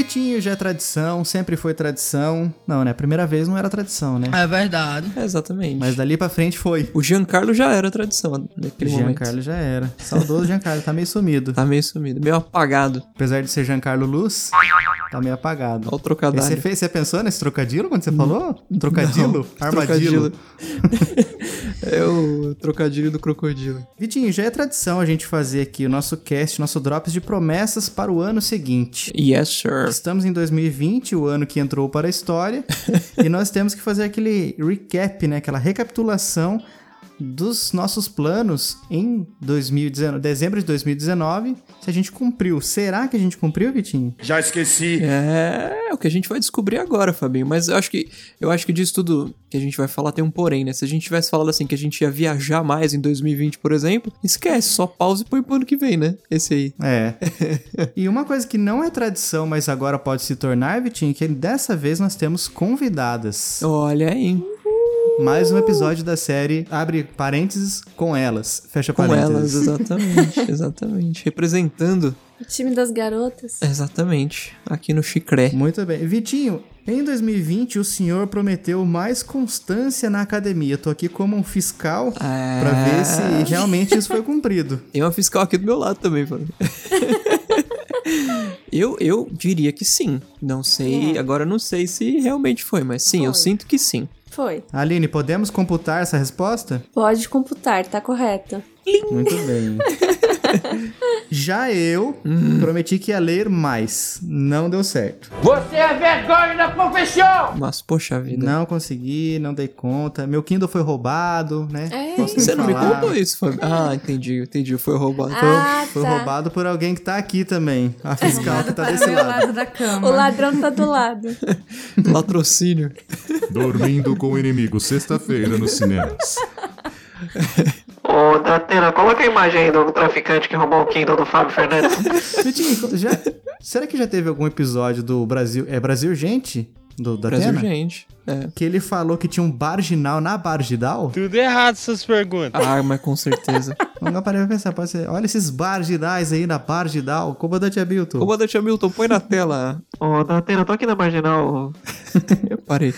Vitinho já é tradição, sempre foi tradição. Não, né? Primeira vez não era tradição, né? É verdade. Exatamente. Mas dali pra frente foi. O Giancarlo já era tradição naquele momento. Giancarlo já era. Saudoso Giancarlo, tá meio sumido. Tá meio sumido, meio apagado. Apesar de ser Giancarlo Luz, tá meio apagado. Olha o trocadilho. Você pensou nesse trocadilho quando você falou? Trocadilho? Não, Armadilho? É o trocadilho do crocodilo. Vitinho, já é tradição a gente fazer aqui o nosso cast, nosso Drops de promessas para o ano seguinte. Yes, sir. Estamos em 2020, o ano que entrou para a história, e nós temos que fazer aquele recap, né? Aquela recapitulação dos nossos planos em 2019, dezembro de 2019, se a gente cumpriu. Será que a gente cumpriu, Vitinho? Já esqueci. É o que a gente vai descobrir agora, Fabinho. Mas eu acho que disso tudo que a gente vai falar tem um porém, né? Se a gente tivesse falado assim que a gente ia viajar mais em 2020, por exemplo, esquece, só pausa e põe pro ano que vem, né? Esse aí. É. E uma coisa que não é tradição, mas agora pode se tornar, Vitinho, que dessa vez nós temos convidadas. Olha aí. Mais um episódio da série, abre parênteses, com elas, fecha Com parênteses. elas, exatamente. Representando. O time das garotas. Exatamente. Aqui no Chicré. Muito bem. Vitinho, em 2020 o senhor prometeu mais constância na academia. Eu tô aqui como um fiscal pra ver se realmente isso foi cumprido. Tem uma fiscal aqui do meu lado também, Fabinho. Eu diria que sim. Não sei, agora não sei se realmente foi, mas sim, eu sinto que sim. Foi. Aline, podemos computar essa resposta? Pode computar, tá correto. Muito bem. Já eu prometi que ia ler mais. Não deu certo. Você é vergonha da profissão! Mas, poxa vida. Não consegui, não dei conta. Meu Kindle foi roubado, né? Você não me contou isso, Fabinho? Ah, entendi. Foi roubado. Foi roubado por alguém que tá aqui também. A fiscal que tá desse Meu lado. lado da cama. O ladrão tá do lado. Latrocínio. Dormindo com o inimigo, sexta-feira nos cinemas. Ô, Datena, coloca a imagem aí do traficante que roubou o Kindle do Fábio Fernandes. Vitinho, será que já teve algum episódio do Brasil... É Brasil Urgente? Da Brasil Atena? Urgente. É. Que ele falou que tinha um marginal na Bargidal? Tudo errado essas perguntas. Ah, mas com certeza. Vamos parar pra pensar, pode ser. Olha esses marginais aí na Bargidal. Comandante Hamilton. Comandante Hamilton, põe na tela. Ô, Datena, tô aqui na Marginal. Eu parei.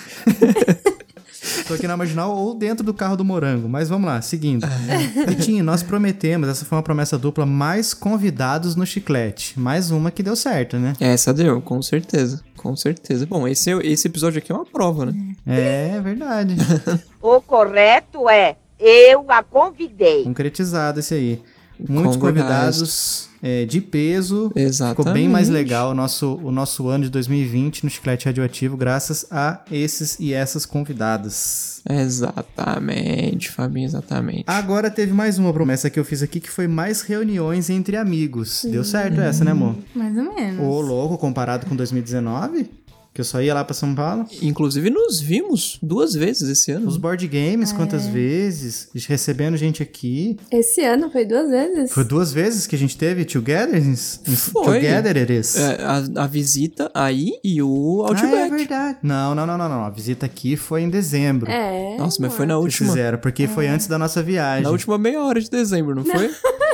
Tô aqui na Marginal ou dentro do carro do Morango. Mas vamos lá, seguindo. Vitinho, nós prometemos, essa foi uma promessa dupla, mais convidados no Chiclete. Mais uma que deu certo, né? Essa deu, com certeza. Com certeza. Bom, esse episódio aqui é uma prova, né? É verdade. O correto é, eu a convidei. Concretizado esse aí. Muitos convidados de peso. Exatamente. Ficou bem mais legal o nosso ano de 2020 no Chiclete Radioativo, graças a esses e essas convidadas. Exatamente, Fabinho, exatamente. Agora teve mais uma promessa que eu fiz aqui, que foi mais reuniões entre amigos. Deu certo essa, né, amor? Mais ou menos. Ô, louco, comparado com 2019, que eu só ia lá pra São Paulo. Inclusive, nos vimos 2 vezes esse ano. Os board games, quantas vezes? Recebendo gente aqui. Esse ano foi 2 vezes? Foi 2 vezes que a gente teve Togetherers? Foi. Togetherers. A visita aí e o Outback. É verdade. Não. A visita aqui foi em dezembro. É. Nossa, mas foi na Eles última. fizeram, porque foi antes da nossa viagem. Na última meia hora de dezembro, não foi?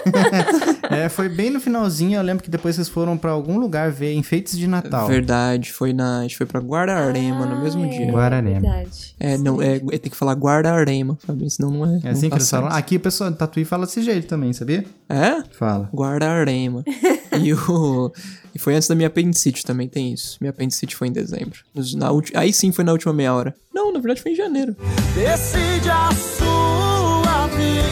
Foi bem no finalzinho. Eu lembro que depois vocês foram pra algum lugar ver enfeites de Natal. Verdade, a gente foi pra Guararema no mesmo dia. Guararema. Verdade. Tem que falar Guararema, Fabinho, senão não é. É assim não que eles falam. Aqui o pessoal de Tatuí fala desse jeito também, sabia? É? Fala. Guararema. E foi antes da minha apendicite também, tem isso. Minha apendicite foi em dezembro. Aí sim foi na última meia hora. Não, na verdade foi em janeiro. Decide a sua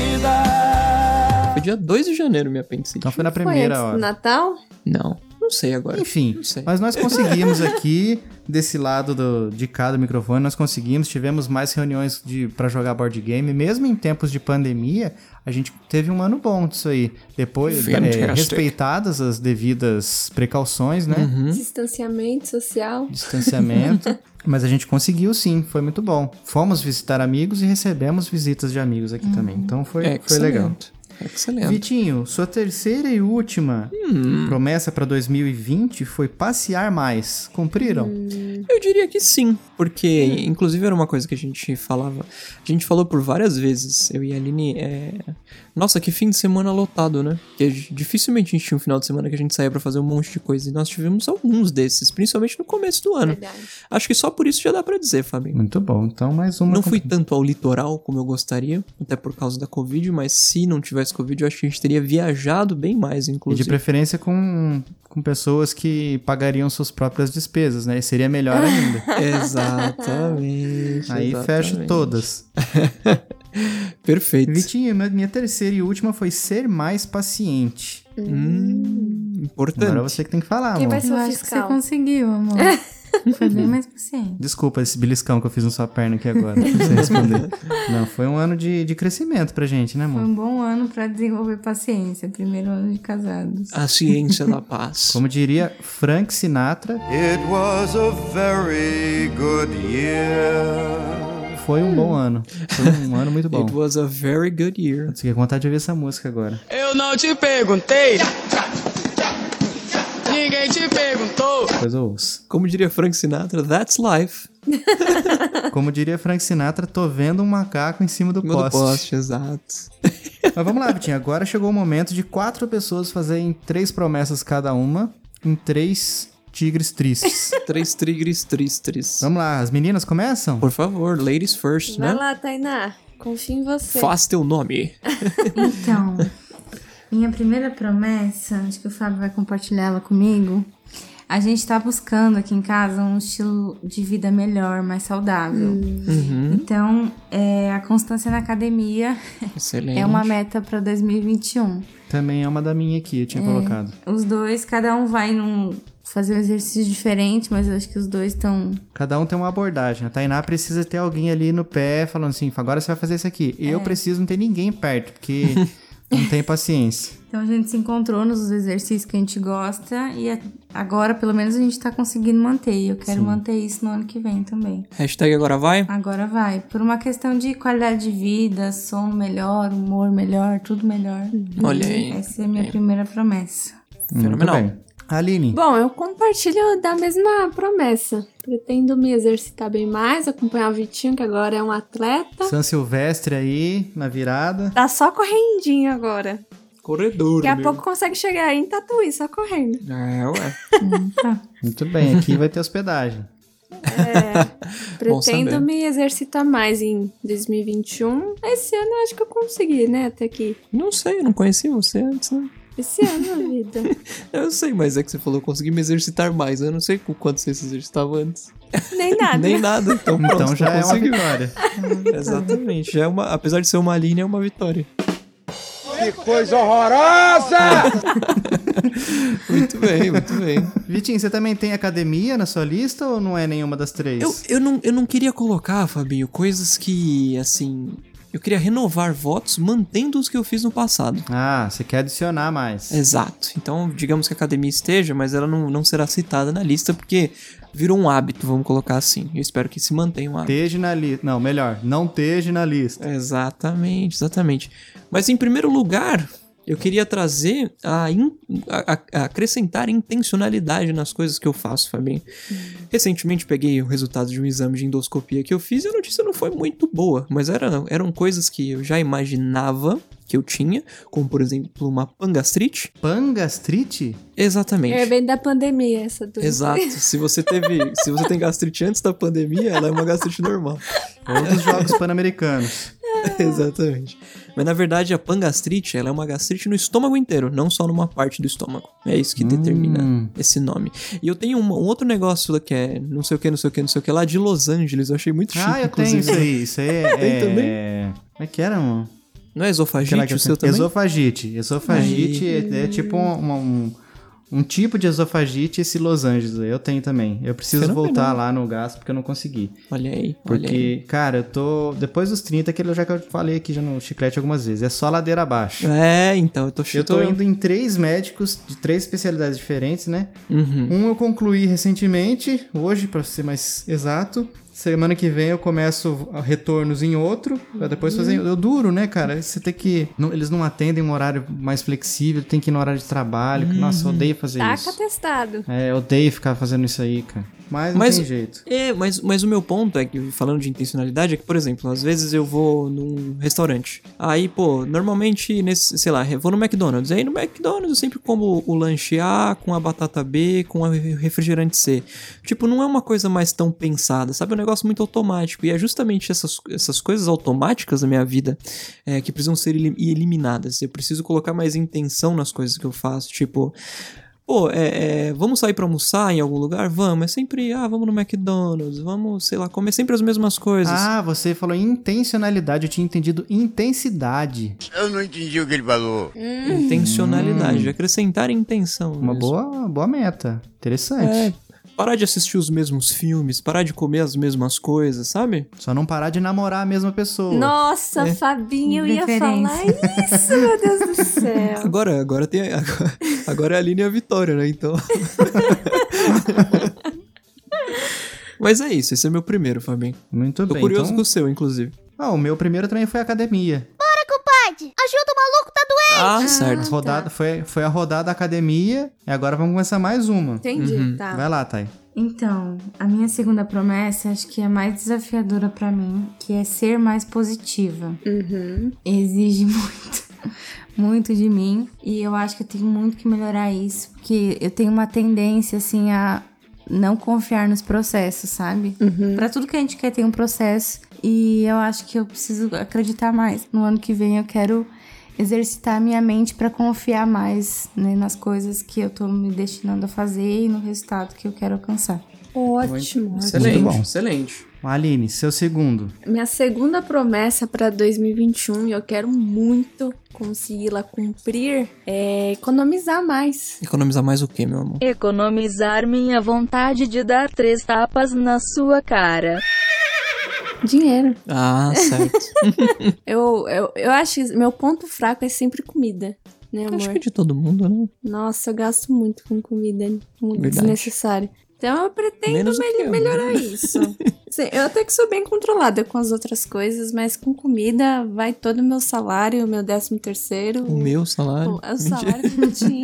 vida. Foi dia 2 de janeiro minha apendicite. Então foi na Foi primeira antes hora. do Natal? Não sei agora. Enfim, Não sei. mas nós conseguimos aqui, desse lado de cada microfone, nós conseguimos, tivemos mais reuniões pra jogar board game, mesmo em tempos de pandemia, a gente teve um ano bom disso aí. Depois, respeitadas as devidas precauções, né? Distanciamento social. Distanciamento. Mas a gente conseguiu sim, foi muito bom. Fomos visitar amigos e recebemos visitas de amigos aqui também, então foi legal. Excelente. Vitinho, sua terceira e última promessa pra 2020 foi passear mais. Cumpriram? Eu diria que sim, porque inclusive era uma coisa que a gente falava. A gente falou por várias vezes, eu e a Aline, nossa, que fim de semana lotado, né? Porque dificilmente a gente tinha um final de semana que a gente saía pra fazer um monte de coisa, e nós tivemos alguns desses, principalmente no começo do ano. Verdade. Acho que só por isso já dá pra dizer, Fabinho. Muito bom, então mais uma. Não fui tanto ao litoral como eu gostaria, até por causa da Covid, mas se não tivesse Covid, eu acho que a gente teria viajado bem mais, E inclusive. de preferência com pessoas que pagariam suas próprias despesas, né? E seria melhor ainda. Exatamente. Aí fecho exatamente. todas. Perfeito. Vitinho, minha terceira e última foi ser mais paciente. Importante. Agora você que tem que falar, Quem amor. vai ser Eu o acho que você fiscal? conseguiu, amor. Foi bem mais paciente. Desculpa esse beliscão que eu fiz na sua perna aqui agora, pra você responder. Não, foi um ano de crescimento pra gente, né, Foi amor? um bom ano pra desenvolver paciência. Primeiro ano de casados. A ciência da paz. Como diria Frank Sinatra, It was a very good year. foi um bom ano. Foi um ano muito bom. It was a very good year. Eu fiquei com vontade de ouvir essa música agora. Eu não te perguntei. Ninguém te perguntou. Depois eu ouço. Como diria Frank Sinatra, that's life. Como diria Frank Sinatra, tô vendo um macaco em cima do Cima do poste. poste, exato. Mas vamos lá, Vitinho. Agora chegou o momento de 4 pessoas fazerem 3 promessas cada uma em 3 tigres tristes. 3 tigres tristes. Vamos lá, as meninas começam? Por favor, ladies first, Vai né? lá, Tainá. Confio em você. Faz teu nome. Então, minha primeira promessa, acho que o Fábio vai compartilhar ela comigo. A gente tá buscando aqui em casa um estilo de vida melhor, mais saudável. Então, a constância na academia Excelente. é uma meta pra 2021. Também é uma da minha aqui, eu tinha colocado. Os dois, cada um vai fazer um exercício diferente, mas eu acho que os dois estão... Cada um tem uma abordagem. A Tainá precisa ter alguém ali no pé falando assim, agora você vai fazer isso aqui. Eu preciso não ter ninguém perto, porque não tem paciência. Então a gente se encontrou nos exercícios que a gente gosta e agora pelo menos a gente tá conseguindo manter. E eu quero manter isso no ano que vem também. Hashtag agora vai. Agora vai. Por uma questão de qualidade de vida, sono melhor, humor melhor, tudo melhor. Olha aí. Essa é a minha primeira promessa. Fenomenal. Muito bem. Aline, Bom, eu compartilho da mesma promessa. Pretendo me exercitar bem mais, acompanhar o Vitinho, que agora é um atleta. São Silvestre aí, na virada. Tá só correndinho agora. Corredor, Daqui a meu. pouco consegue chegar aí em Tatuí, só correndo. Ué. Tá. Muito bem, aqui vai ter hospedagem. Bom Pretendo saber. me exercitar mais em 2021. Esse ano eu acho que eu consegui, né? Até aqui. Não sei, eu não conheci você antes, né? Esse ano, a vida. Eu sei, mas é que você falou, consegui me exercitar mais. Eu não sei com quanto você se exercitava antes. Nem nada. Nem nada, então pronto. Então já é uma conseguiu. vitória. Exatamente. Já é uma, apesar de ser uma linha, é uma vitória. Que coisa horrorosa! Muito bem, muito bem. Vitinho, você também tem academia na sua lista ou não é nenhuma das 3? Eu não queria colocar, Fabinho, coisas que, assim... Eu queria renovar votos mantendo os que eu fiz no passado. Ah, você quer adicionar mais. Exato. Então, digamos que a academia esteja, mas ela não será citada na lista porque virou um hábito, vamos colocar assim. Eu espero que se mantenha um hábito. Esteja na lista. Não, melhor, não esteja na lista. Exatamente, exatamente. Mas em primeiro lugar, eu queria trazer a acrescentar intencionalidade nas coisas que eu faço, Fabinho. Recentemente peguei o resultado de um exame de endoscopia que eu fiz e a notícia não foi muito boa, mas eram coisas que eu já imaginava que eu tinha, como por exemplo uma pangastrite. Pangastrite? Exatamente. É bem da pandemia essa dúvida. Exato. Se você tem gastrite antes da pandemia, ela é uma gastrite normal. Ou dos Jogos Pan-Americanos. Exatamente. Mas na verdade a pangastrite, ela é uma gastrite no estômago inteiro, não só numa parte do estômago. É isso que determina esse nome. E eu tenho um outro negócio que é não sei o que lá de Los Angeles. Eu achei muito chique, Ah, eu tenho inclusive. isso aí. Isso aí Tem também? Como é que era, mano? Não é esofagite o seu também? Esofagite. Esofagite é tipo um tipo de esofagite, esse Los Angeles. Eu tenho também. Eu preciso Fenomenal. voltar lá no gasto porque eu não consegui. Olha aí, olha aí. Porque, cara, eu tô... Depois dos 30, aquele já que eu falei aqui já no Chiclete algumas vezes. É só ladeira abaixo. É, então, Eu tô indo em 3 médicos de 3 especialidades diferentes, né? Uhum. Um eu concluí recentemente, hoje, pra ser mais exato. Semana que vem eu começo retornos em outro, pra depois fazer... Eu duro, né, cara? Você tem que... Eles não atendem um horário mais flexível, tem que ir no horário de trabalho. Nossa, eu odeio fazer isso. Taca testado. Eu odeio ficar fazendo isso aí, cara. Mas não tem jeito. Mas o meu ponto é que, falando de intencionalidade, é que, por exemplo, às vezes eu vou num restaurante. Aí, pô, normalmente, sei lá, eu vou no McDonald's. Aí no McDonald's eu sempre como o lanche A com a batata B com o refrigerante C. Tipo, não é uma coisa mais tão pensada, sabe? É um negócio muito automático. E é justamente essas coisas automáticas da minha vida que precisam ser eliminadas. Eu preciso colocar mais intenção nas coisas que eu faço. Tipo... Pô, vamos sair pra almoçar em algum lugar? Vamos. É sempre, vamos no McDonald's, vamos, sei lá, comer sempre as mesmas coisas. Você falou intencionalidade, eu tinha entendido intensidade. Eu não entendi o que ele falou. Intencionalidade, acrescentar intenção. Uma boa meta, interessante. Parar de assistir os mesmos filmes, parar de comer as mesmas coisas, sabe? Só não parar de namorar a mesma pessoa. Nossa, Fabinho, eu ia falar isso, meu Deus do céu. Agora é a Aline e a Vitória, né? Então... Mas é isso, esse é meu primeiro, Fabinho. Muito bem. Tô curioso com o seu, inclusive. O meu primeiro também foi academia. Bora, compadre! Ajuda, o maluco tá doente! Certo. Rodada, foi a rodada da academia e agora vamos começar mais uma. Entendi, tá. Vai lá, Thay. Então, a minha segunda promessa, acho que é a mais desafiadora pra mim, que é ser mais positiva. Exige muito de mim, e eu acho que eu tenho muito que melhorar isso, porque eu tenho uma tendência, assim, a não confiar nos processos, sabe? Pra tudo que a gente quer tem um processo, e eu acho que eu preciso acreditar mais. No ano que vem eu quero exercitar a minha mente pra confiar mais, né, nas coisas que eu tô me destinando a fazer e no resultado que eu quero alcançar. Ótimo. Excelente, Muito bom. Excelente. Aline, seu segundo. Minha segunda promessa para 2021, e eu quero muito consegui-la cumprir, é economizar mais. Economizar mais o quê, meu amor? Economizar minha vontade de dar 3 tapas na sua cara. Dinheiro. Certo. eu acho que meu ponto fraco é sempre comida, né, amor? Acho que é de todo mundo, né? Nossa, eu gasto muito com comida, muito Verdade. desnecessário. Então eu pretendo melhorar isso. Sim, eu até que sou bem controlada com as outras coisas, mas com comida vai todo o meu salário, o meu 13º. O meu salário? O salário que eu tinha.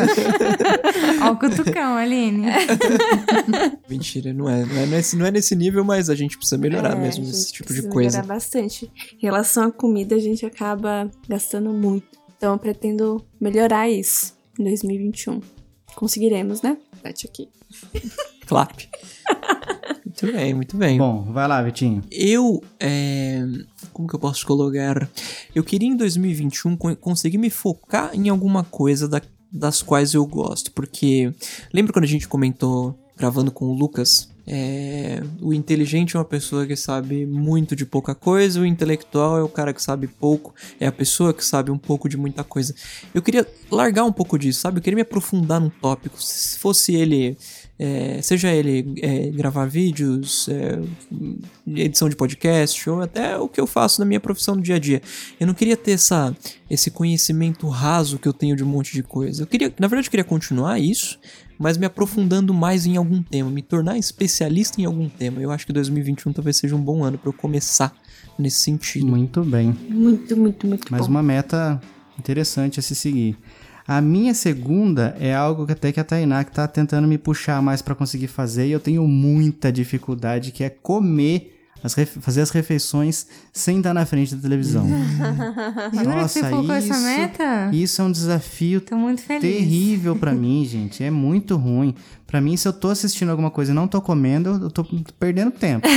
Ó o cutucão, Aline. Mentira, não é nesse nível, mas a gente precisa melhorar mesmo esse tipo de coisa. Melhorar bastante. Em relação à comida, a gente acaba gastando muito. Então eu pretendo melhorar isso em 2021. Conseguiremos, né? Bate aqui. Clap. Muito bem, muito bem. Bom, vai lá, Vitinho. Como que eu posso colocar? Eu queria em 2021 conseguir me focar em alguma coisa das quais eu gosto. Porque lembra quando a gente comentou, gravando com o Lucas, o inteligente é uma pessoa que sabe muito de pouca coisa, o intelectual é o cara que sabe pouco, é a pessoa que sabe um pouco de muita coisa. Eu queria largar um pouco disso, sabe? Eu queria me aprofundar num tópico. Se fosse ele... seja ele gravar vídeos, edição de podcast, ou até o que eu faço na minha profissão no dia a dia. Eu não queria ter esse conhecimento raso que eu tenho de um monte de coisa. Na verdade, eu queria continuar isso, mas me aprofundando mais em algum tema, me tornar especialista em algum tema. Eu acho que 2021 talvez seja um bom ano para eu começar nesse sentido. Muito bem. Muito, muito, muito Mais bom. uma meta interessante a se seguir. A minha segunda é algo que até que a Tainá que tá tentando me puxar mais pra conseguir fazer, e eu tenho muita dificuldade, que é fazer as refeições sem estar na frente da televisão. Jura que você colocou essa meta? Isso é um desafio Tô muito feliz. terrível pra mim, gente. É muito ruim. Pra mim, se eu tô assistindo alguma coisa e não tô comendo, eu tô perdendo tempo.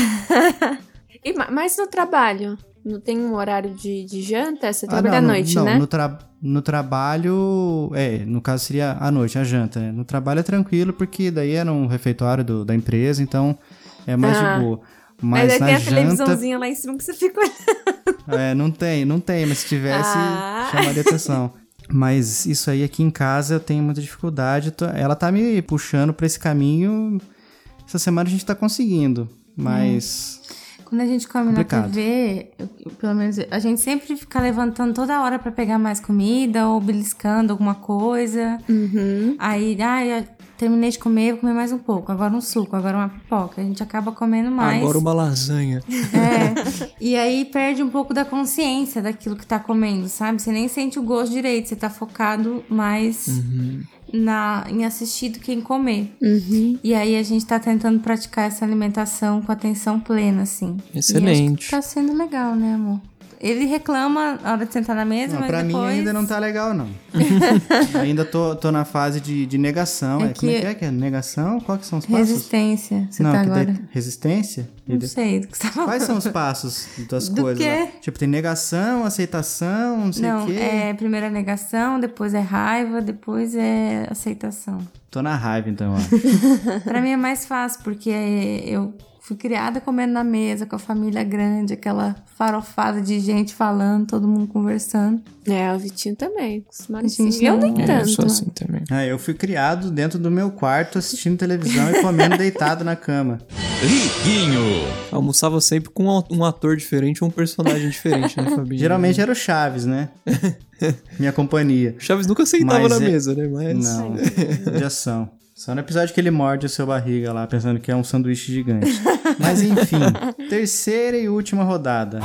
Mas no trabalho? Não tem um horário de janta? Você trabalha à noite, né? No trabalho... no caso seria à noite, a janta. Né? No trabalho é tranquilo, porque daí é no refeitório da empresa, então é mais de boa. Mas aí na tem a janta, televisãozinha lá em cima que você fica olhando. Não tem, mas se tivesse, chamaria atenção. Mas isso aí aqui em casa eu tenho muita dificuldade. Ela tá me puxando pra esse caminho. Essa semana a gente tá conseguindo, mas... Quando a gente come complicado. na TV, pelo menos a gente sempre fica levantando toda hora pra pegar mais comida ou beliscando alguma coisa. Aí, terminei de comer, vou comer mais um pouco. Agora um suco, agora uma pipoca. A gente acaba comendo mais. Agora uma lasanha. E aí perde um pouco da consciência daquilo que tá comendo, sabe? Você nem sente o gosto direito, você tá focado mais em assistir do que em comer. E aí a gente tá tentando praticar essa alimentação com atenção plena, assim. Excelente. E acho que tá sendo legal, né, amor? Ele reclama na hora de sentar na mesa, mas pra depois... mim ainda não tá legal, não. Ainda tô na fase de negação. Como é que é? Negação? Quais são os passos? Resistência. Você tá agora... Resistência? Não sei do que você tá falando. Quais são os passos das do coisas? quê? Lá? Tipo, tem negação, aceitação, não sei o quê. Não, primeiro é negação, depois é raiva, depois é aceitação. Tô na raiva, então, ó. Pra mim é mais fácil, porque eu fui criada comendo na mesa, com a família grande, aquela farofada de gente falando, todo mundo conversando. O Vitinho também. Eu nem tanto. Eu sou assim também. Eu fui criado dentro do meu quarto, assistindo televisão e comendo deitado na cama. Riquinho. Almoçava sempre com um ator diferente ou um personagem diferente, né, Fabinho? Geralmente era o Chaves, né? Minha companhia. O Chaves nunca sentava na mesa, né? Não, judiação. Só no episódio que ele morde o seu barriga lá, pensando que é um sanduíche gigante. Mas enfim, terceira e última rodada.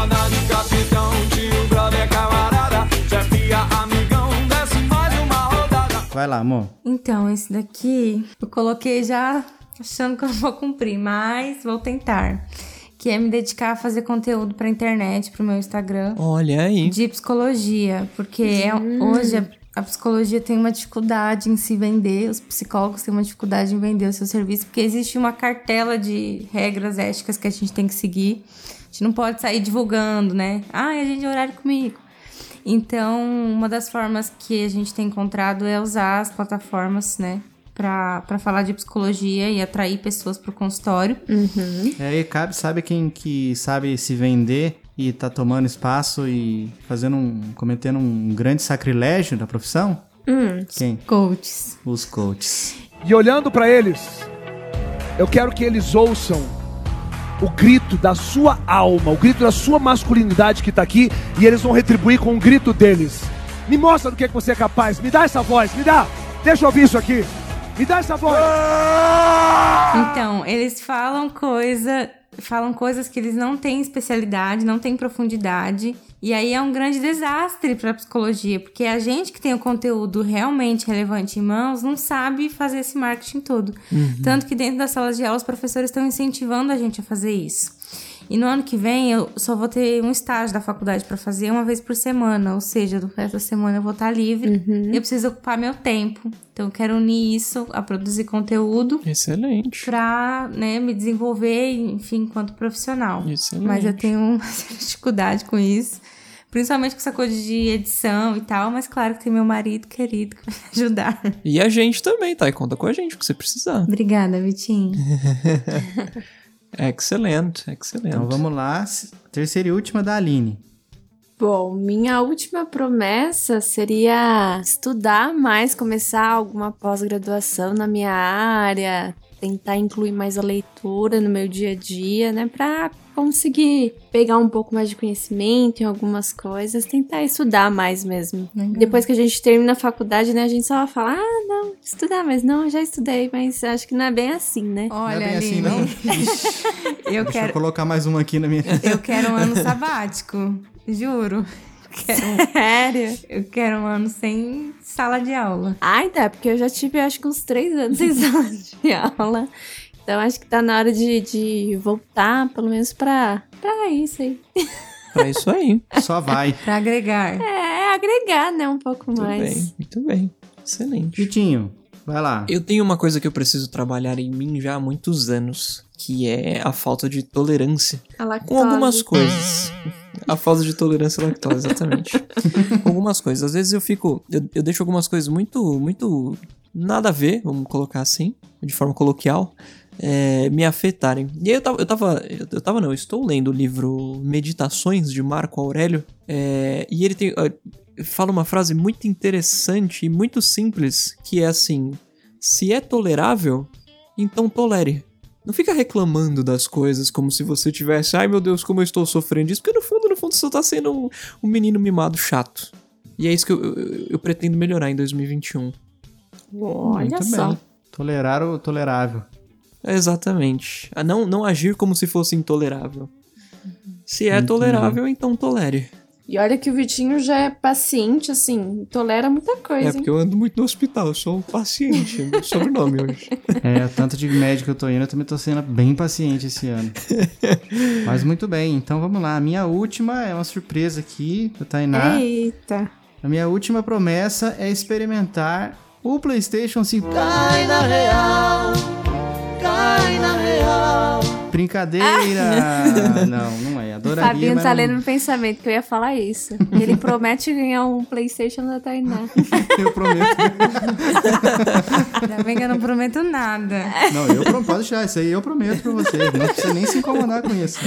Vai lá, amor. Então, esse daqui eu coloquei já achando que eu não vou cumprir, mas vou tentar. Que é me dedicar a fazer conteúdo pra internet, pro meu Instagram. Olha aí. De psicologia, porque hoje a psicologia tem uma dificuldade em se vender, os psicólogos têm uma dificuldade em vender o seu serviço, porque existe uma cartela de regras éticas que a gente tem que seguir. A gente não pode sair divulgando, né? A gente é horário comigo. Então, uma das formas que a gente tem encontrado é usar as plataformas, né? Pra falar de psicologia e atrair pessoas pro consultório. E sabe quem que sabe se vender e tá tomando espaço e cometendo um grande sacrilégio da profissão? Quem? Coaches. Os coaches. E olhando pra eles, eu quero que eles ouçam o grito da sua alma, o grito da sua masculinidade que tá aqui, e eles vão retribuir com o grito deles. Me mostra do que você é capaz, me dá essa voz, me dá, deixa eu ouvir isso aqui. Me dá essa voz! Então, eles falam coisas que eles não têm especialidade, não têm profundidade. E aí é um grande desastre para a psicologia, porque a gente que tem o conteúdo realmente relevante em mãos não sabe fazer esse marketing todo. Tanto que dentro das salas de aula os professores estão incentivando a gente a fazer isso. E no ano que vem eu só vou ter um estágio da faculdade para fazer uma vez por semana, ou seja, do resto da semana eu vou estar livre. Eu preciso ocupar meu tempo. Então eu quero unir isso a produzir conteúdo. Excelente. Pra, né, me desenvolver, enfim, enquanto profissional. Excelente. Mas eu tenho uma dificuldade com isso. Principalmente com essa coisa de edição e tal. Mas claro que tem meu marido querido que vai me ajudar. E a gente também, tá? E conta com a gente, o que você precisar. Obrigada, Vitinho. Excelente. Então vamos lá. Terceira e última da Aline. Bom, minha última promessa seria estudar mais, começar alguma pós-graduação na minha área, tentar incluir mais a leitura no meu dia a dia, né, pra conseguir pegar um pouco mais de conhecimento em algumas coisas, tentar estudar mais mesmo. Legal. Depois que a gente termina a faculdade, né, a gente só fala, não, estudar, mas não, eu já estudei, mas acho que não é bem assim, né? Olha, não é bem Aline, assim, não? Deixa eu colocar mais uma aqui na minha... Eu quero um ano sabático, juro. Sério? Eu quero um ano sem sala de aula. Ainda, porque eu já tive, acho que uns 3 anos sem sala de aula. Então, acho que tá na hora de voltar, pelo menos pra isso aí. Pra isso aí. Só vai. Pra agregar. Agregar, né, um pouco mais. Muito bem. Excelente. Vitinho, vai lá. Eu tenho uma coisa que eu preciso trabalhar em mim já há muitos anos, que é a falta de tolerância com algumas coisas. A falta de tolerância à lactose, exatamente. Algumas coisas. Às vezes eu deixo algumas coisas muito nada a ver, vamos colocar assim, de forma coloquial, me afetarem. E aí eu estou lendo o livro Meditações, de Marco Aurélio, e ele fala uma frase muito interessante e muito simples, que é assim: se é tolerável, então tolere. Não fica reclamando das coisas como se você tivesse, ai meu Deus, como eu estou sofrendo disso, porque no fundo você só tá sendo um menino mimado chato. E é isso que eu pretendo melhorar em 2021. Olha Muito só. bem. Tolerar o tolerável. Exatamente. Não agir como se fosse intolerável. Se é tolerável, então tolere. E olha que o Vitinho já é paciente, assim, tolera muita coisa. É porque eu ando muito no hospital, eu sou um paciente, meu sobrenome hoje. O tanto de médico que eu tô indo, eu também tô sendo bem paciente esse ano. Mas muito bem, então vamos lá. A minha última é uma surpresa aqui, da Tainá. Eita. A minha última promessa é experimentar o PlayStation 5. Cai na real, cai na real. Brincadeira! Não é. Adoraria, Fabinho mas tá não... lendo no pensamento que eu ia falar isso. Ele promete ganhar um PlayStation da Tainá. Eu prometo. Ainda bem que eu não prometo nada. Não, eu prometo. Pode deixar, isso aí eu prometo pra você. Não precisa nem se incomodar com isso.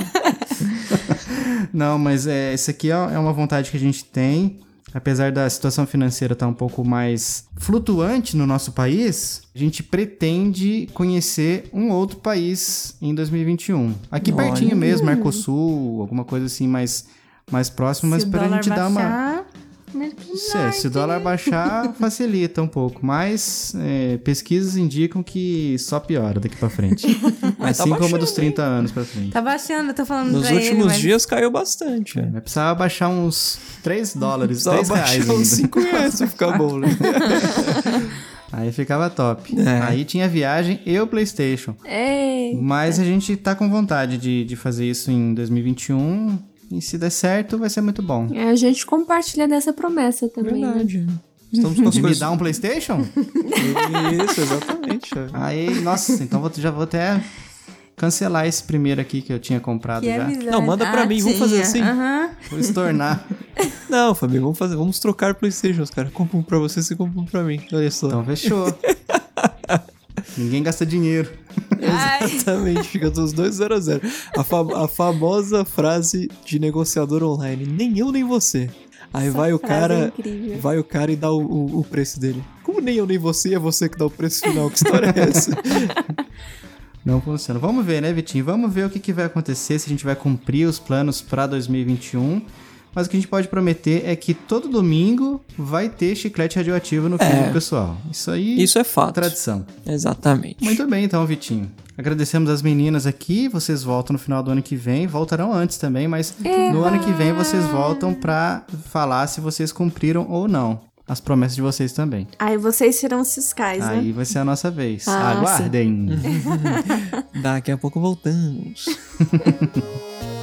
Não, mas isso aqui é uma vontade que a gente tem. Apesar da situação financeira estar um pouco mais flutuante no nosso país, a gente pretende conhecer um outro país em 2021. Aqui pertinho mesmo, Mercosul, alguma coisa assim mais próximo, mas pra gente dar uma... Se o dólar baixar, facilita um pouco. Mas pesquisas indicam que só piora daqui pra frente. Mas assim tá como baixando, dos 30 anos pra frente. Tá baixando, eu tô falando Nos pra ele. Nos últimos dias caiu bastante. Vai precisar baixar uns $3, Precisava R$3 baixar ainda. uns R$5 pra ficar bom, né? Aí ficava top. É. Aí tinha viagem e o PlayStation. Eita. Mas a gente tá com vontade de fazer isso em 2021. E se der certo, vai ser muito bom. A gente compartilha dessa promessa também, Verdade. né? Estamos com as De me coisas... dar um PlayStation? Isso, exatamente. Aí, nossa, então já vou até cancelar esse primeiro aqui que eu tinha comprado Que já. amizade. Não, manda pra mim, vamos fazer assim. Vou estornar. Não, Fabinho, vamos trocar Playstations, cara. Compra um pra você, você compra um pra mim. Olha só. Então fechou. Ninguém gasta dinheiro. Exatamente, fica dos 2 0-0. A famosa frase de negociador online: nem eu nem você. Aí vai o cara e dá o preço dele. Como nem eu nem você, é você que dá o preço final? Que história é essa? Não funciona. Vamos ver, né, Vitinho? Vamos ver o que vai acontecer, se a gente vai cumprir os planos pra 2021. Mas o que a gente pode prometer é que todo domingo vai ter chiclete radioativo no feed do pessoal. Isso é fato. Tradição. Exatamente. Muito bem, então, Vitinho. Agradecemos as meninas aqui. Vocês voltam no final do ano que vem. Voltarão antes também, mas no ano que vem vocês voltam pra falar se vocês cumpriram ou não as promessas de vocês também. Aí vocês serão os fiscais, né? Aí vai ser a nossa vez. Aguardem. Daqui a pouco voltamos.